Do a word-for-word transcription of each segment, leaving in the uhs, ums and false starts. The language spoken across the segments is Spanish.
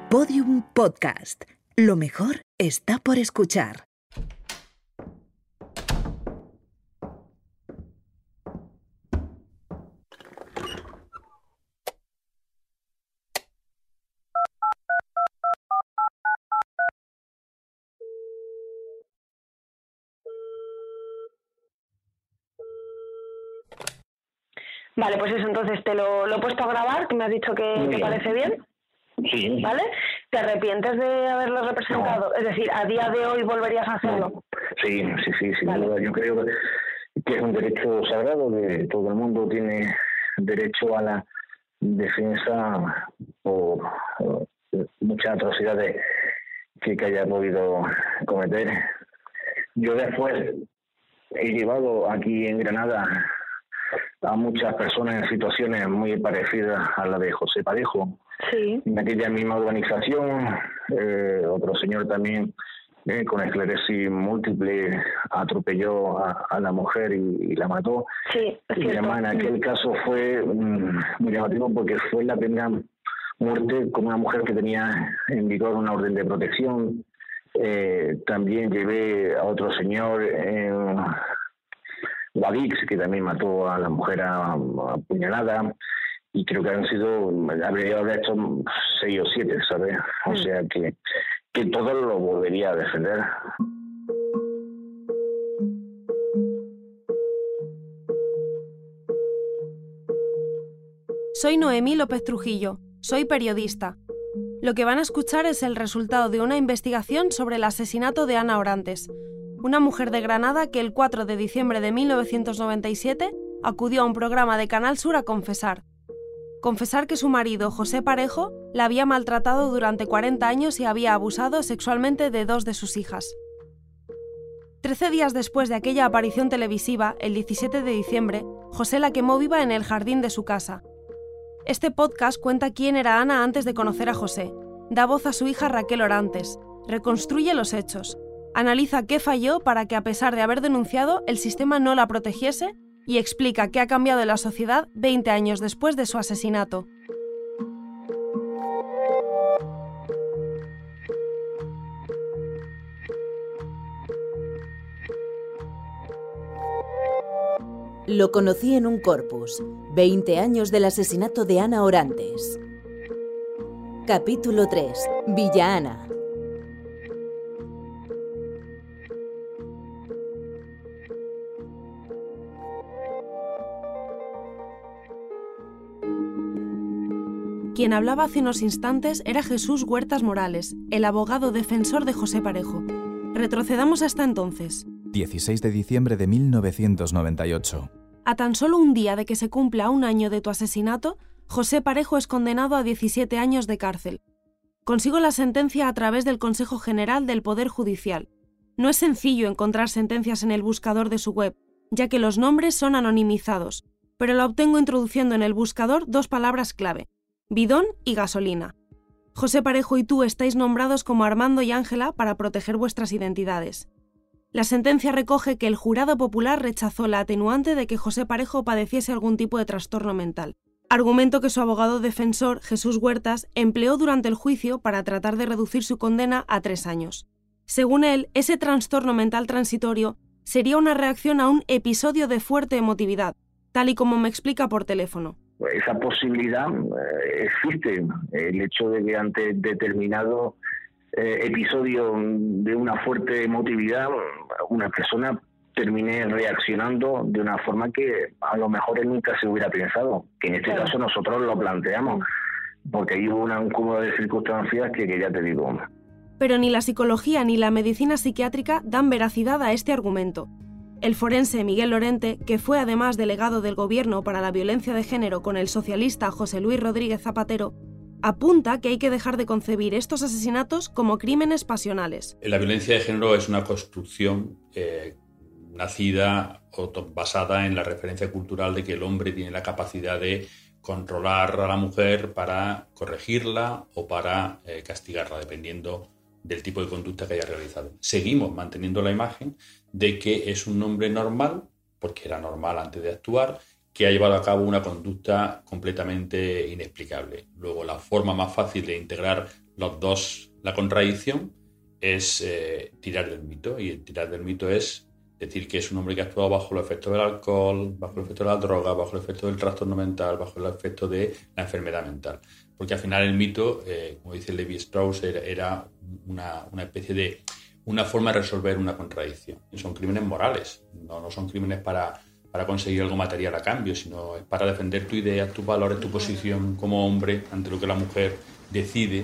Podium Podcast. Lo mejor está por escuchar. Vale, pues eso, entonces te lo, lo he puesto a grabar, que me has dicho que te parece bien. Sí. ¿Vale? ¿Te arrepientes de haberlo representado? No. Es decir, ¿a día de hoy volverías a hacerlo? No. Sí, sí, sí, sin vale. duda. Yo creo que es un derecho sagrado, que todo el mundo tiene derecho a la defensa por muchas atrocidades que, que haya podido cometer. Yo después he llevado aquí en Granada a muchas personas en situaciones muy parecidas a la de José Parejo. Sí. En aquella misma urbanización, eh, otro señor también eh, con esclerosis múltiple atropelló a, a la mujer y, y la mató. Sí, es y además en aquel caso fue um, muy llamativo porque fue la primera muerte con una mujer que tenía en vigor una orden de protección. Eh, también llevé a otro señor en Guadix, que también mató a la mujer apuñalada, y creo que han sido, habría hecho seis o siete, ¿sabes? O sea que, que todo lo volvería a defender. Soy Noemí López Trujillo, soy periodista. Lo que van a escuchar es el resultado de una investigación sobre el asesinato de Ana Orantes, una mujer de Granada que el cuatro de diciembre de mil novecientos noventa y siete acudió a un programa de Canal Sur a confesar. Confesar que su marido, José Parejo, la había maltratado durante cuarenta años y había abusado sexualmente de dos de sus hijas. Trece días después de aquella aparición televisiva, el diecisiete de diciembre, José la quemó viva en el jardín de su casa. Este podcast cuenta quién era Ana antes de conocer a José, da voz a su hija Raquel Orantes, reconstruye los hechos, analiza qué falló para que, a pesar de haber denunciado, el sistema no la protegiese y explica qué ha cambiado en la sociedad veinte años después de su asesinato. Lo conocí en un corpus. veinte años del asesinato de Ana Orantes. Capítulo tres. Villa Ana. Quien hablaba hace unos instantes era Jesús Huertas Morales, el abogado defensor de José Parejo. Retrocedamos hasta entonces. dieciséis de diciembre de mil novecientos noventa y ocho. A tan solo un día de que se cumpla un año de tu asesinato, José Parejo es condenado a diecisiete años de cárcel. Consigo la sentencia a través del Consejo General del Poder Judicial. No es sencillo encontrar sentencias en el buscador de su web, ya que los nombres son anonimizados, pero la obtengo introduciendo en el buscador dos palabras clave: bidón y gasolina. José Parejo y tú estáis nombrados como Armando y Ángela para proteger vuestras identidades. La sentencia recoge que el jurado popular rechazó la atenuante de que José Parejo padeciese algún tipo de trastorno mental, argumento que su abogado defensor, Jesús Huertas, empleó durante el juicio para tratar de reducir su condena a tres años. Según él, ese trastorno mental transitorio sería una reacción a un episodio de fuerte emotividad, tal y como me explica por teléfono. Esa posibilidad eh, existe. El hecho de que ante determinado eh, episodio de una fuerte emotividad, una persona termine reaccionando de una forma que a lo mejor él nunca se hubiera pensado. Que en este claro. caso nosotros lo planteamos, porque ahí hubo una, un cúmulo de circunstancias que, que ya te digo. Pero ni la psicología ni la medicina psiquiátrica dan veracidad a este argumento. El forense Miguel Lorente, que fue además delegado del Gobierno para la Violencia de Género con el socialista José Luis Rodríguez Zapatero, apunta que hay que dejar de concebir estos asesinatos como crímenes pasionales. La violencia de género es una construcción eh, nacida o basada en la referencia cultural de que el hombre tiene la capacidad de controlar a la mujer para corregirla o para eh, castigarla, dependiendo del tipo de conducta que haya realizado. Seguimos manteniendo la imagen de que es un hombre normal, porque era normal antes de actuar, que ha llevado a cabo una conducta completamente inexplicable. Luego, la forma más fácil de integrar los dos, la contradicción es eh, tirar del mito, y el tirar del mito es decir que es un hombre que ha actuado bajo el efecto del alcohol, bajo el efecto de la droga, bajo el efecto del trastorno mental, bajo el efecto de la enfermedad mental. Porque al final el mito, eh, como dice Levi Strauss, era, era una, una especie de una forma de resolver una contradicción. Y son crímenes morales, no, no son crímenes para, para conseguir algo material a cambio, sino es para defender tu idea, tus valores, tu posición como hombre ante lo que la mujer decide.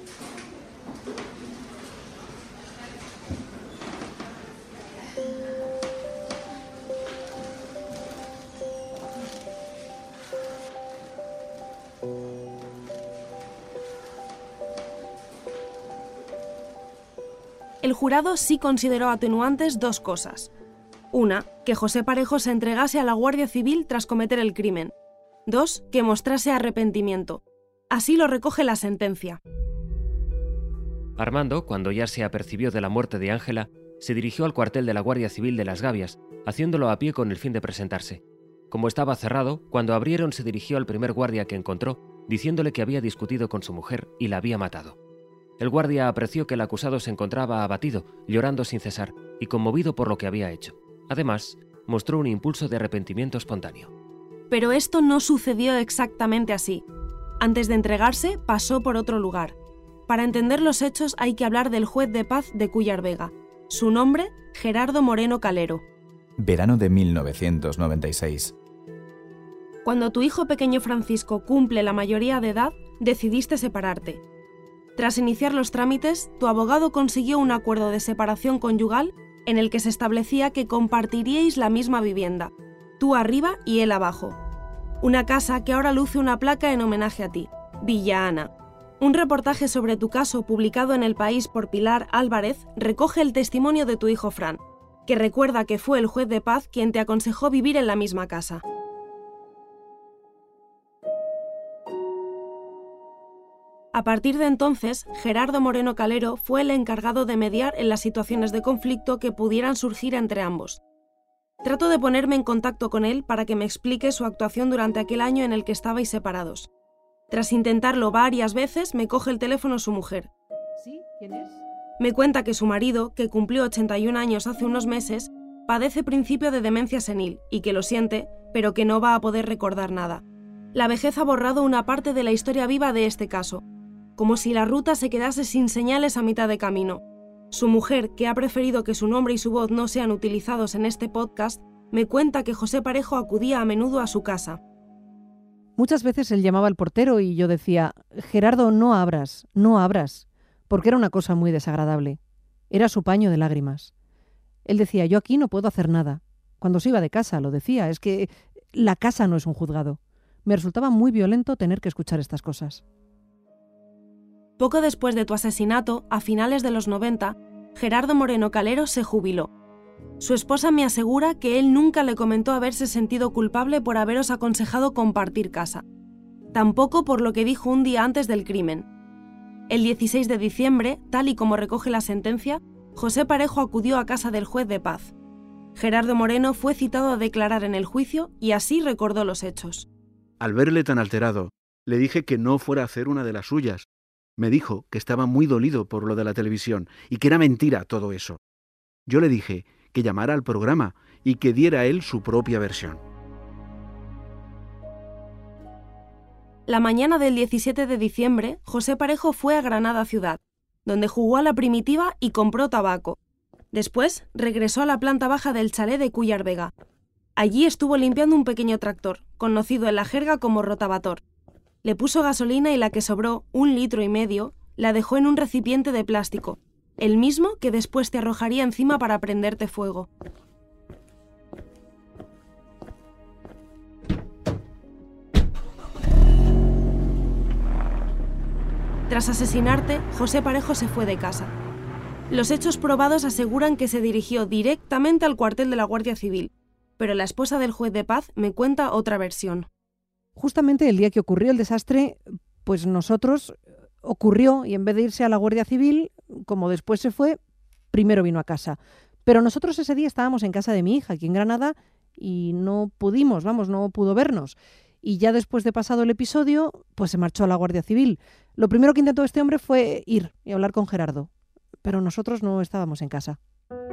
El jurado sí consideró atenuantes dos cosas. Una, que José Parejo se entregase a la Guardia Civil tras cometer el crimen. Dos, que mostrase arrepentimiento. Así lo recoge la sentencia. Armando, cuando ya se apercibió de la muerte de Ángela, se dirigió al cuartel de la Guardia Civil de Las Gavias, haciéndolo a pie con el fin de presentarse. Como estaba cerrado, cuando abrieron se dirigió al primer guardia que encontró, diciéndole que había discutido con su mujer y la había matado. El guardia apreció que el acusado se encontraba abatido, llorando sin cesar y conmovido por lo que había hecho. Además, mostró un impulso de arrepentimiento espontáneo. Pero esto no sucedió exactamente así. Antes de entregarse, pasó por otro lugar. Para entender los hechos hay que hablar del juez de paz de Cúllar Vega. Su nombre, Gerardo Moreno Calero. Verano de mil novecientos noventa y seis. Cuando tu hijo pequeño Francisco cumple la mayoría de edad, decidiste separarte. Tras iniciar los trámites, tu abogado consiguió un acuerdo de separación conyugal en el que se establecía que compartiríais la misma vivienda, tú arriba y él abajo. Una casa que ahora luce una placa en homenaje a ti, Villa Ana. Un reportaje sobre tu caso publicado en El País por Pilar Álvarez recoge el testimonio de tu hijo Fran, que recuerda que fue el juez de paz quien te aconsejó vivir en la misma casa. A partir de entonces, Gerardo Moreno Calero fue el encargado de mediar en las situaciones de conflicto que pudieran surgir entre ambos. Trato de ponerme en contacto con él para que me explique su actuación durante aquel año en el que estabais separados. Tras intentarlo varias veces, me coge el teléfono su mujer. ¿Sí? ¿Quién es? Me cuenta que su marido, que cumplió ochenta y un años hace unos meses, padece principio de demencia senil y que lo siente, pero que no va a poder recordar nada. La vejez ha borrado una parte de la historia viva de este caso, como si la ruta se quedase sin señales a mitad de camino. Su mujer, que ha preferido que su nombre y su voz no sean utilizados en este podcast, me cuenta que José Parejo acudía a menudo a su casa. Muchas veces él llamaba al portero y yo decía, Gerardo, no abras, no abras, porque era una cosa muy desagradable. Era su paño de lágrimas. Él decía, yo aquí no puedo hacer nada. Cuando se iba de casa lo decía, es que la casa no es un juzgado. Me resultaba muy violento tener que escuchar estas cosas. Poco después de tu asesinato, a finales de los noventa, Gerardo Moreno Calero se jubiló. Su esposa me asegura que él nunca le comentó haberse sentido culpable por haberos aconsejado compartir casa. Tampoco por lo que dijo un día antes del crimen. El dieciséis de diciembre, tal y como recoge la sentencia, José Parejo acudió a casa del juez de paz. Gerardo Moreno fue citado a declarar en el juicio y así recordó los hechos. Al verle tan alterado, le dije que no fuera a hacer una de las suyas. Me dijo que estaba muy dolido por lo de la televisión y que era mentira todo eso. Yo le dije que llamara al programa y que diera él su propia versión. La mañana del diecisiete de diciembre, José Parejo fue a Granada ciudad, donde jugó a la primitiva y compró tabaco. Después, regresó a la planta baja del chalet de Cúllar Vega. Allí estuvo limpiando un pequeño tractor, conocido en la jerga como rotavator. Le puso gasolina y la que sobró, un litro y medio, la dejó en un recipiente de plástico, el mismo que después te arrojaría encima para prenderte fuego. Tras asesinarte, José Parejo se fue de casa. Los hechos probados aseguran que se dirigió directamente al cuartel de la Guardia Civil, pero la esposa del juez de paz me cuenta otra versión. Justamente el día que ocurrió el desastre, pues nosotros ocurrió y en vez de irse a la Guardia Civil, como después se fue, primero vino a casa. Pero nosotros ese día estábamos en casa de mi hija, aquí en Granada, y no pudimos, vamos, no pudo vernos. y ya después de pasado el episodio, pues se marchó a la Guardia Civil. Lo primero que intentó este hombre fue ir y hablar con Gerardo, pero nosotros no estábamos en casa.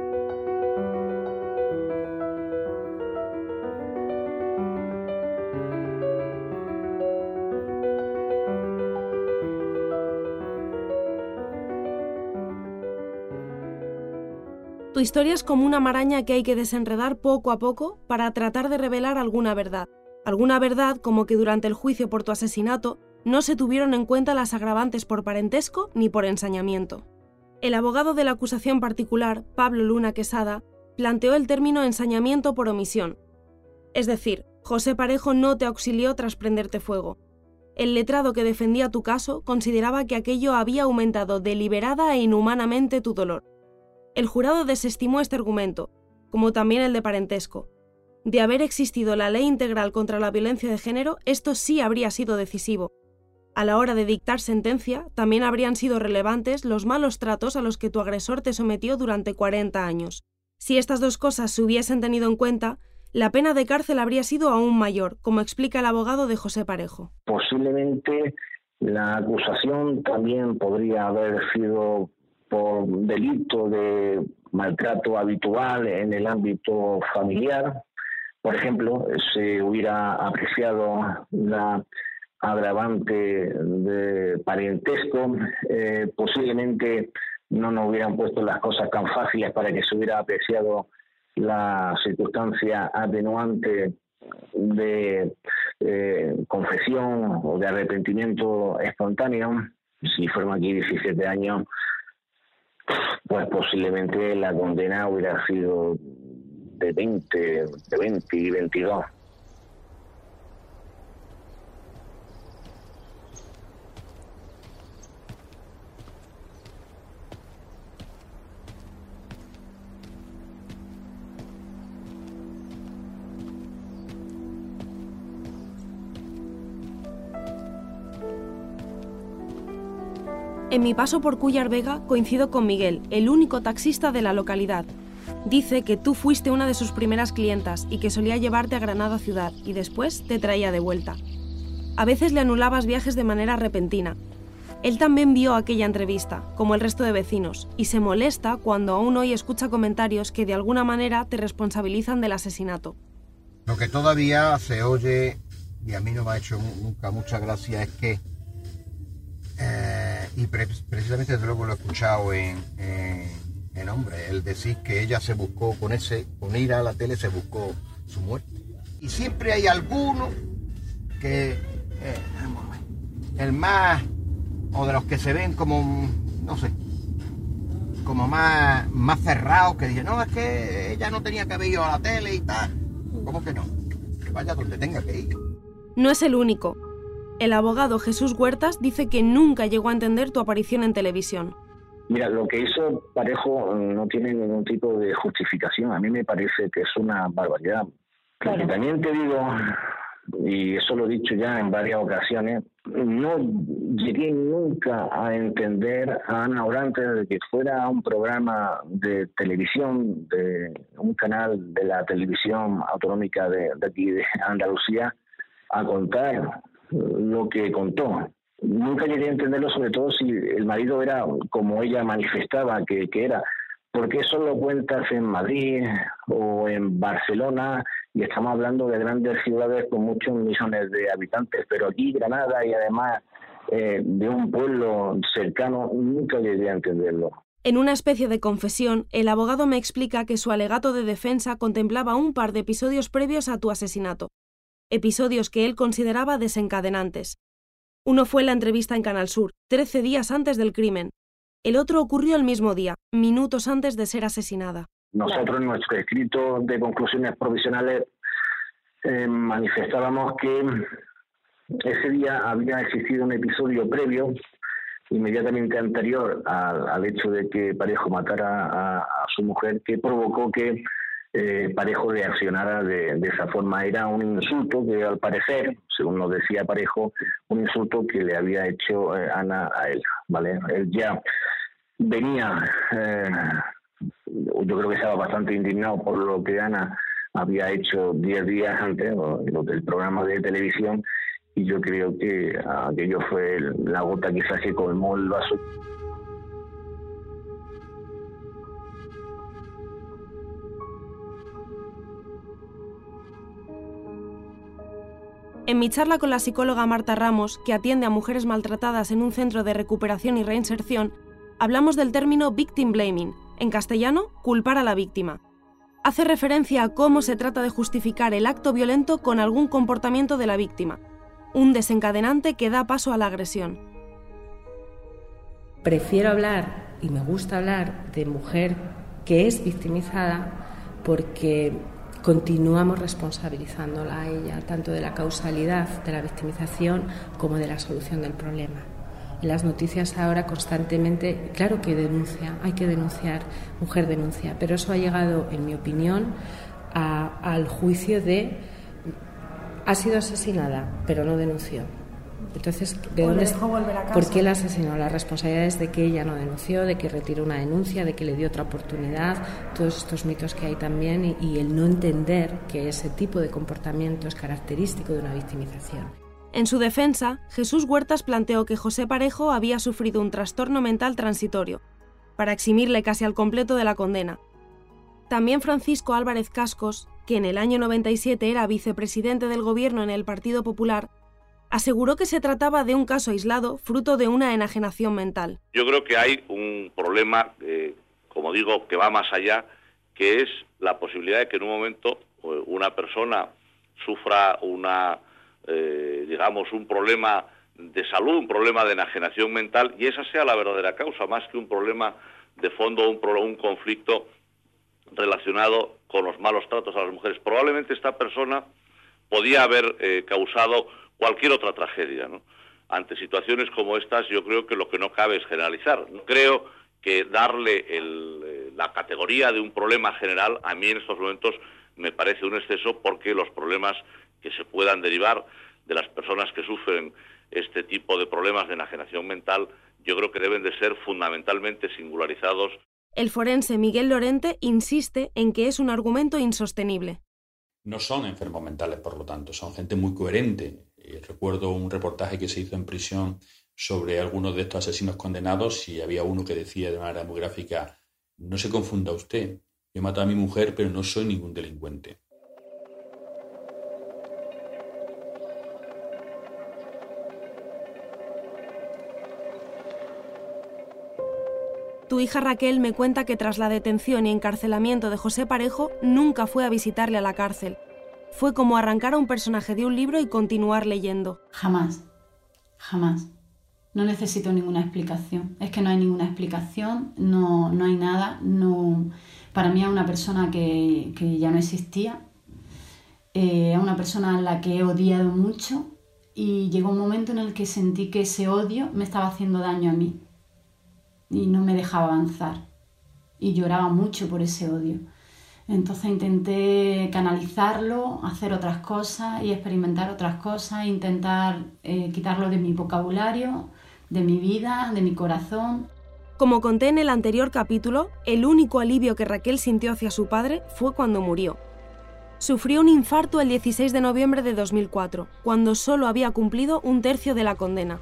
Tu historia es como una maraña que hay que desenredar poco a poco para tratar de revelar alguna verdad. Alguna verdad como que durante el juicio por tu asesinato no se tuvieron en cuenta las agravantes por parentesco ni por ensañamiento. El abogado de la acusación particular, Pablo Luna Quesada, planteó el término ensañamiento por omisión. Es decir, José Parejo no te auxilió tras prenderte fuego. El letrado que defendía tu caso consideraba que aquello había aumentado deliberada e inhumanamente tu dolor. El jurado desestimó este argumento, como también el de parentesco. De haber existido la ley integral contra la violencia de género, esto sí habría sido decisivo. A la hora de dictar sentencia, también habrían sido relevantes los malos tratos a los que tu agresor te sometió durante cuarenta años. Si estas dos cosas se hubiesen tenido en cuenta, la pena de cárcel habría sido aún mayor, como explica el abogado de José Parejo. Posiblemente la acusación también podría haber sido por delito de maltrato habitual en el ámbito familiar. Por ejemplo, se hubiera apreciado la agravante de parentesco, eh, posiblemente no nos hubieran puesto las cosas tan fáciles para que se hubiera apreciado la circunstancia atenuante de eh, confesión o de arrepentimiento espontáneo. Si fueron aquí diecisiete años, pues posiblemente la condena hubiera sido de veinte, de veinte y veintidós. En mi paso por Cúllar Vega coincido con Miguel, el único taxista de la localidad. Dice que tú fuiste una de sus primeras clientas y que solía llevarte a Granada ciudad y después te traía de vuelta. A veces le anulabas viajes de manera repentina. Él también vio aquella entrevista, como el resto de vecinos, y se molesta cuando aún hoy escucha comentarios que de alguna manera te responsabilizan del asesinato. Lo que todavía se oye, y a mí no me ha hecho nunca mucha gracia, es que Eh, y pre precisamente luego lo he escuchado en, en, en hombre, el decir que ella se buscó, con ese, con ir a la tele se buscó su muerte. Y siempre hay alguno que, eh, el más, o de los que se ven como, no sé, como más, más cerrados, que dicen, no, es que ella no tenía que haber ido a la tele y tal. ¿Cómo que no? Que vaya donde tenga que ir. No es el único. El abogado Jesús Huertas dice que nunca llegó a entender tu aparición en televisión. Mira, lo que hizo Parejo no tiene ningún tipo de justificación. A mí me parece que es una barbaridad. Claro. Porque también te digo, y eso lo he dicho ya en varias ocasiones, no llegué nunca a entender a Ana Orantes de que fuera un programa de televisión, de un canal de la televisión autonómica de, de aquí de Andalucía, a contar lo que contó. Nunca llegué a entenderlo, sobre todo si el marido era como ella manifestaba que, que era. ¿Por qué solo cuentas en Madrid o en Barcelona? Y estamos hablando de grandes ciudades con muchos millones de habitantes, pero aquí Granada y además eh, de un pueblo cercano, nunca llegué a entenderlo. En una especie de confesión, el abogado me explica que su alegato de defensa contemplaba un par de episodios previos a tu asesinato. Episodios que él consideraba desencadenantes. Uno fue la entrevista en Canal Sur, trece días antes del crimen. El otro ocurrió el mismo día, minutos antes de ser asesinada. Nosotros en nuestro escrito de conclusiones provisionales eh, manifestábamos que ese día había existido un episodio previo, inmediatamente anterior al, al hecho de que Parejo matara a, a su mujer, que provocó que Eh, Parejo reaccionara de, de esa forma. Era un insulto que al parecer, según nos decía Parejo, un insulto que le había hecho eh, Ana a él, ¿vale? Él ya venía, eh, yo creo que estaba bastante indignado por lo que Ana había hecho diez días antes, lo del programa de televisión, y yo creo que aquello fue la gota quizás que colmó el vaso. En mi charla con la psicóloga Marta Ramos, que atiende a mujeres maltratadas en un centro de recuperación y reinserción, hablamos del término victim blaming, en castellano, culpar a la víctima. Hace referencia a cómo se trata de justificar el acto violento con algún comportamiento de la víctima, un desencadenante que da paso a la agresión. Prefiero hablar, y me gusta hablar, de mujer que es victimizada porque continuamos responsabilizándola a ella, tanto de la causalidad de la victimización como de la solución del problema. En las noticias ahora constantemente, claro que denuncia, hay que denunciar, mujer denuncia, pero eso ha llegado, en mi opinión, a, al juicio de ha sido asesinada, pero no denunció. Entonces, ¿de dónde está? ¿Por qué la asesinó? La responsabilidad es de que ella no denunció, de que retiró una denuncia, de que le dio otra oportunidad, todos estos mitos que hay también y, y el no entender que ese tipo de comportamiento es característico de una victimización. En su defensa, Jesús Huertas planteó que José Parejo había sufrido un trastorno mental transitorio, para eximirle casi al completo de la condena. También Francisco Álvarez Cascos, que en el año noventa y siete era vicepresidente del gobierno en el Partido Popular, aseguró que se trataba de un caso aislado, fruto de una enajenación mental. Yo creo que hay un problema, eh, como digo, que va más allá, que es la posibilidad de que en un momento una persona sufra una, eh, digamos, un problema de salud, un problema de enajenación mental, y esa sea la verdadera causa, más que un problema de fondo, un, un conflicto relacionado con los malos tratos a las mujeres. Probablemente esta persona podía haber eh, causado cualquier otra tragedia, ¿no? Ante situaciones como estas, yo creo que lo que no cabe es generalizar. Creo que darle el, eh, la categoría de un problema general, a mí en estos momentos me parece un exceso, porque los problemas que se puedan derivar de las personas que sufren este tipo de problemas de enajenación mental, yo creo que deben de ser fundamentalmente singularizados. El forense Miguel Lorente insiste en que es un argumento insostenible. No son enfermos mentales, por lo tanto, son gente muy coherente. Eh, recuerdo un reportaje que se hizo en prisión sobre algunos de estos asesinos condenados y había uno que decía de manera muy gráfica: no se confunda usted, yo he matado a mi mujer, pero no soy ningún delincuente. Tu hija Raquel me cuenta que tras la detención y encarcelamiento de José Parejo nunca fue a visitarle a la cárcel. Fue como arrancar a un personaje de un libro y continuar leyendo. Jamás, jamás. No necesito ninguna explicación. Es que no hay ninguna explicación, no, no hay nada. No. Para mí es una persona que, que ya no existía. Eh, es una persona a la que he odiado mucho y llegó un momento en el que sentí que ese odio me estaba haciendo daño a mí. Y no me dejaba avanzar y lloraba mucho por ese odio. Entonces intenté canalizarlo, hacer otras cosas y experimentar otras cosas, intentar eh, quitarlo de mi vocabulario, de mi vida, de mi corazón. Como conté en el anterior capítulo, el único alivio que Raquel sintió hacia su padre fue cuando murió. Sufrió un infarto el dieciséis de noviembre de dos mil cuatro, cuando solo había cumplido un tercio de la condena.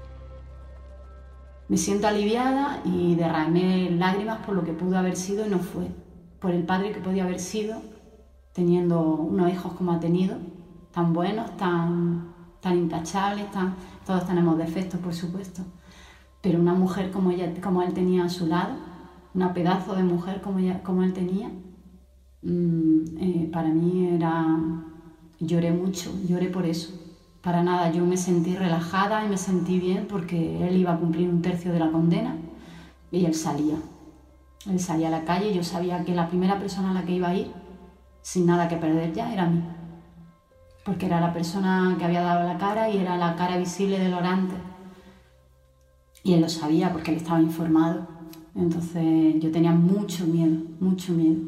Me siento aliviada y derramé lágrimas por lo que pudo haber sido y no fue. Por el padre que podía haber sido, teniendo unos hijos como ha tenido, tan buenos, tan, tan intachables, tan, todos tenemos defectos, por supuesto. Pero una mujer como, ella, como él tenía a su lado, una pedazo de mujer como, ella, como él tenía, mmm, eh, para mí era... Lloré mucho, lloré por eso. Para nada, yo me sentí relajada y me sentí bien porque él iba a cumplir un tercio de la condena y él salía. Él salía a la calle y yo sabía que la primera persona a la que iba a ir, sin nada que perder ya, era mí. Porque era la persona que había dado la cara y era la cara visible de Lorente. Y él lo sabía porque él estaba informado. Entonces yo tenía mucho miedo, mucho miedo.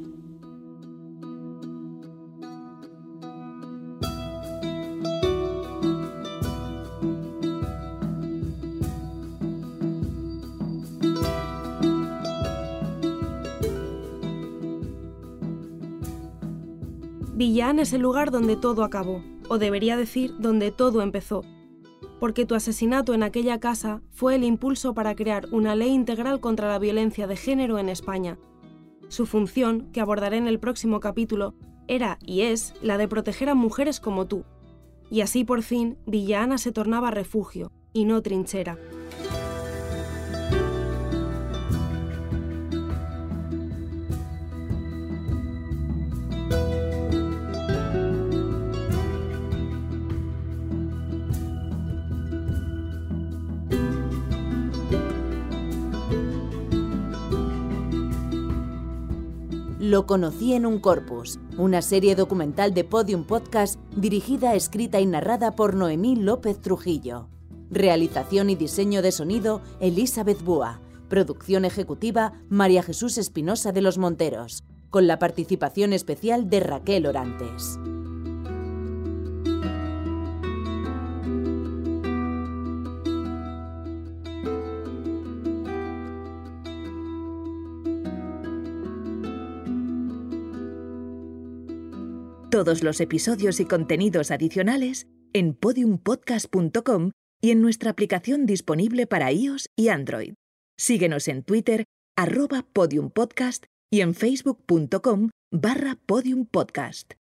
Villaana es el lugar donde todo acabó, o debería decir, donde todo empezó, porque tu asesinato en aquella casa fue el impulso para crear una ley integral contra la violencia de género en España. Su función, que abordaré en el próximo capítulo, era y es la de proteger a mujeres como tú. Y así por fin, Villaana se tornaba refugio, y no trinchera. Lo conocí en un corpus, una serie documental de Podium Podcast dirigida, escrita y narrada por Noemí López Trujillo. Realización y diseño de sonido, Elizabeth Búa. Producción ejecutiva, María Jesús Espinosa de los Monteros. Con la participación especial de Raquel Orantes. Todos los episodios y contenidos adicionales en podium podcast punto com y en nuestra aplicación disponible para iOS y Android. Síguenos en Twitter, arroba podiumpodcast y en facebook punto com barra podiumpodcast.